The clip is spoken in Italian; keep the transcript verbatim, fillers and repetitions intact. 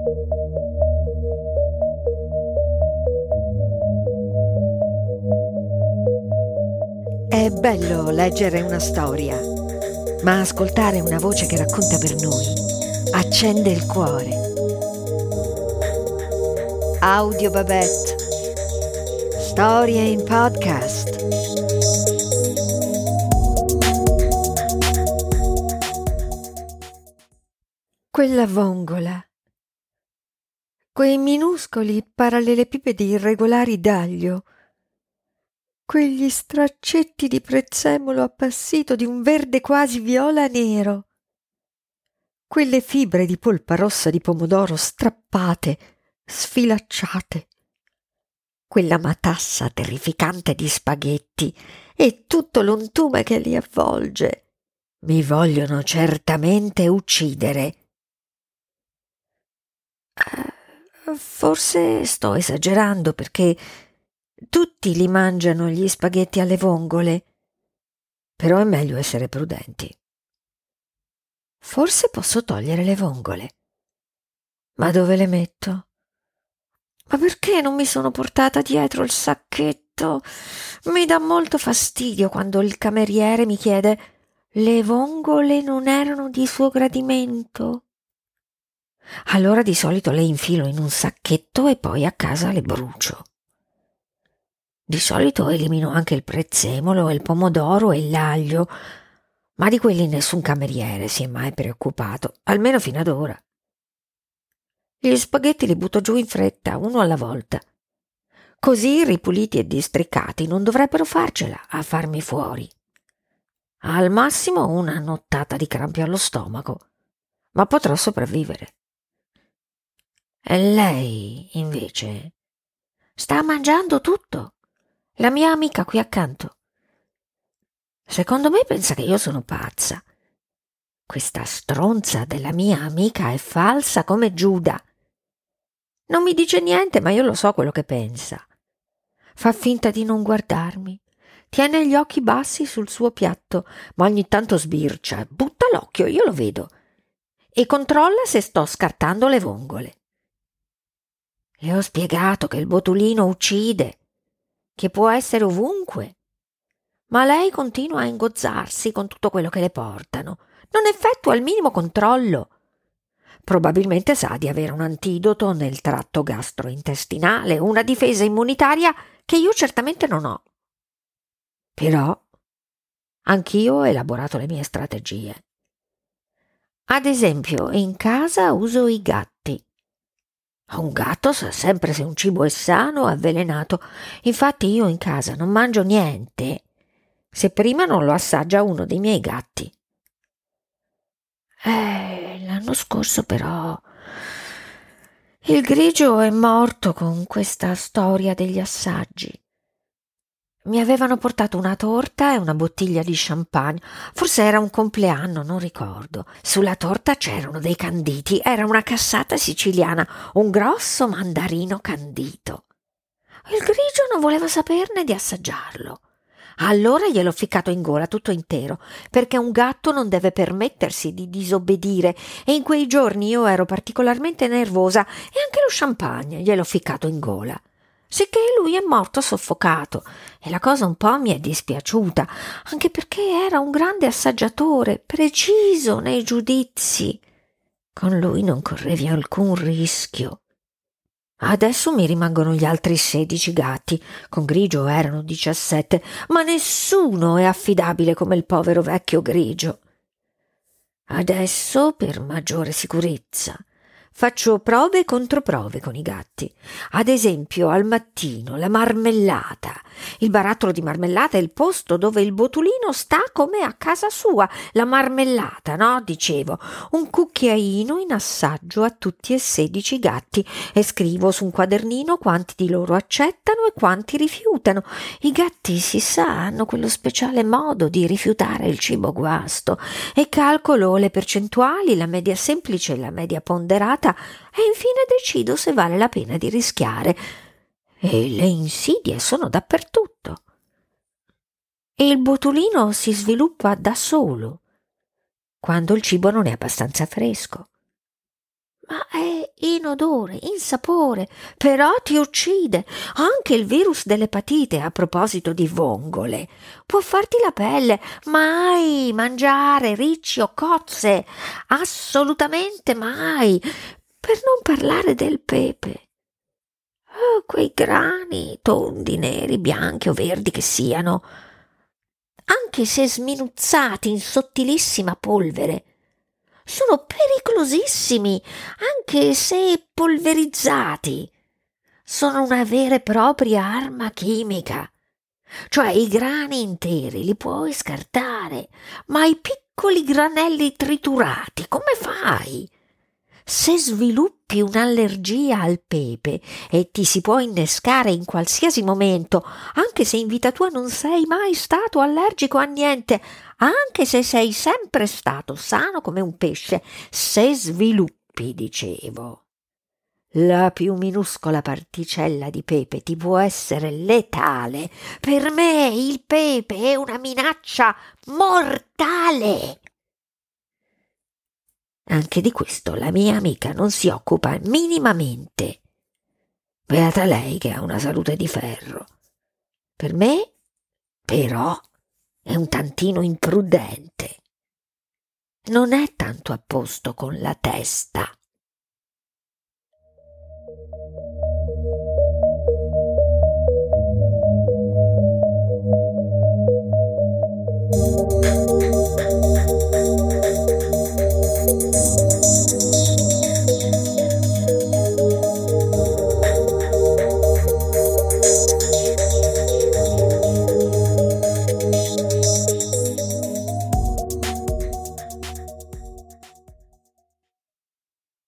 È bello leggere una storia, ma ascoltare una voce che racconta per noi accende il cuore. Audio Babette. Storie in podcast. Quella vongola. Quei minuscoli parallelepipedi irregolari d'aglio. Quegli straccetti di prezzemolo appassito di un verde quasi viola nero. Quelle fibre di polpa rossa di pomodoro strappate, sfilacciate. Quella matassa terrificante di spaghetti e tutto l'untume che li avvolge. Mi vogliono certamente uccidere. Uh, forse sto esagerando perché tutti li mangiano gli spaghetti alle vongole, però è meglio essere prudenti. Forse posso togliere le vongole. Ma dove le metto? Ma perché non mi sono portata dietro il sacchetto? Mi dà molto fastidio quando il cameriere mi chiede: le vongole non erano di suo gradimento? Allora di solito le infilo in un sacchetto e poi a casa le brucio. Di solito elimino anche il prezzemolo, il pomodoro e l'aglio, ma di quelli nessun cameriere si è mai preoccupato, almeno fino ad ora. Gli spaghetti li butto giù in fretta, uno alla volta. Così ripuliti e districati non dovrebbero farcela a farmi fuori. Al massimo una nottata di crampi allo stomaco, ma potrò sopravvivere. E lei, invece, sta mangiando tutto. La mia amica qui accanto. Secondo me pensa che io sono pazza. Questa stronza della mia amica è falsa come Giuda. Non mi dice niente, ma io lo so quello che pensa. Fa finta di non guardarmi. Tiene gli occhi bassi sul suo piatto, ma ogni tanto sbircia, butta l'occhio, io lo vedo, e controlla se sto scartando le vongole. Le ho spiegato che il botulino uccide, che può essere ovunque, ma lei continua a ingozzarsi con tutto quello che le portano. Non effettua il minimo controllo. Probabilmente sa di avere un antidoto nel tratto gastrointestinale, una difesa immunitaria che io certamente non ho. Però anch'io ho elaborato le mie strategie. Ad esempio, in casa uso i gatti. Un gatto sa sempre se un cibo è sano o avvelenato. Infatti io in casa non mangio niente se prima non lo assaggia uno dei miei gatti. Eh, l'anno scorso però il grigio è morto con questa storia degli assaggi. Mi avevano portato una torta e una bottiglia di champagne, forse era un compleanno, non ricordo. Sulla torta c'erano dei canditi, era una cassata siciliana, un grosso mandarino candito. Il grigio non voleva saperne di assaggiarlo. Allora gliel'ho ficcato in gola tutto intero, perché un gatto non deve permettersi di disobbedire, e in quei giorni io ero particolarmente nervosa e anche lo champagne gliel'ho ficcato in gola. Sicché lui è morto soffocato e la cosa un po' mi è dispiaciuta, anche perché era un grande assaggiatore, preciso nei giudizi. Con lui non correvi alcun rischio. Adesso mi rimangono gli altri sedici gatti, con grigio erano diciassette, ma nessuno è affidabile come il povero vecchio grigio. Adesso, per maggiore sicurezza, faccio prove e controprove con i gatti. Ad esempio, al mattino la marmellata. Il barattolo di marmellata è il posto dove il botulino sta come a casa sua. La marmellata, no? Dicevo, un cucchiaino in assaggio a tutti e sedici i gatti e scrivo su un quadernino quanti di loro accettano e quanti rifiutano. I gatti, si sa, hanno quello speciale modo di rifiutare il cibo guasto e calcolo le percentuali, la media semplice e la media ponderata e infine decido se vale la pena di rischiare. E le insidie sono dappertutto. E il botulino si sviluppa da solo quando il cibo non è abbastanza fresco. ma è inodore, insapore, però ti uccide. Anche il virus dell'epatite, a proposito di vongole, può farti la pelle. Mai mangiare ricci o cozze, assolutamente mai, per non parlare del pepe. Oh, quei grani, tondi, neri, bianchi o verdi che siano, anche se sminuzzati in sottilissima polvere, sono pericolosissimi, anche se polverizzati. Sono una vera e propria arma chimica. Cioè i grani interi li puoi scartare, ma i piccoli granelli triturati come fai? Se sviluppi un'allergia al pepe, e ti si può innescare in qualsiasi momento, anche se in vita tua non sei mai stato allergico a niente, anche se sei sempre stato sano come un pesce, se sviluppi, dicevo, la più minuscola particella di pepe ti può essere letale. Per me il pepe è una minaccia mortale. Anche di questo la mia amica non si occupa minimamente. Beata lei che ha una salute di ferro. Per me, però, è un tantino imprudente. Non è tanto a posto con la testa.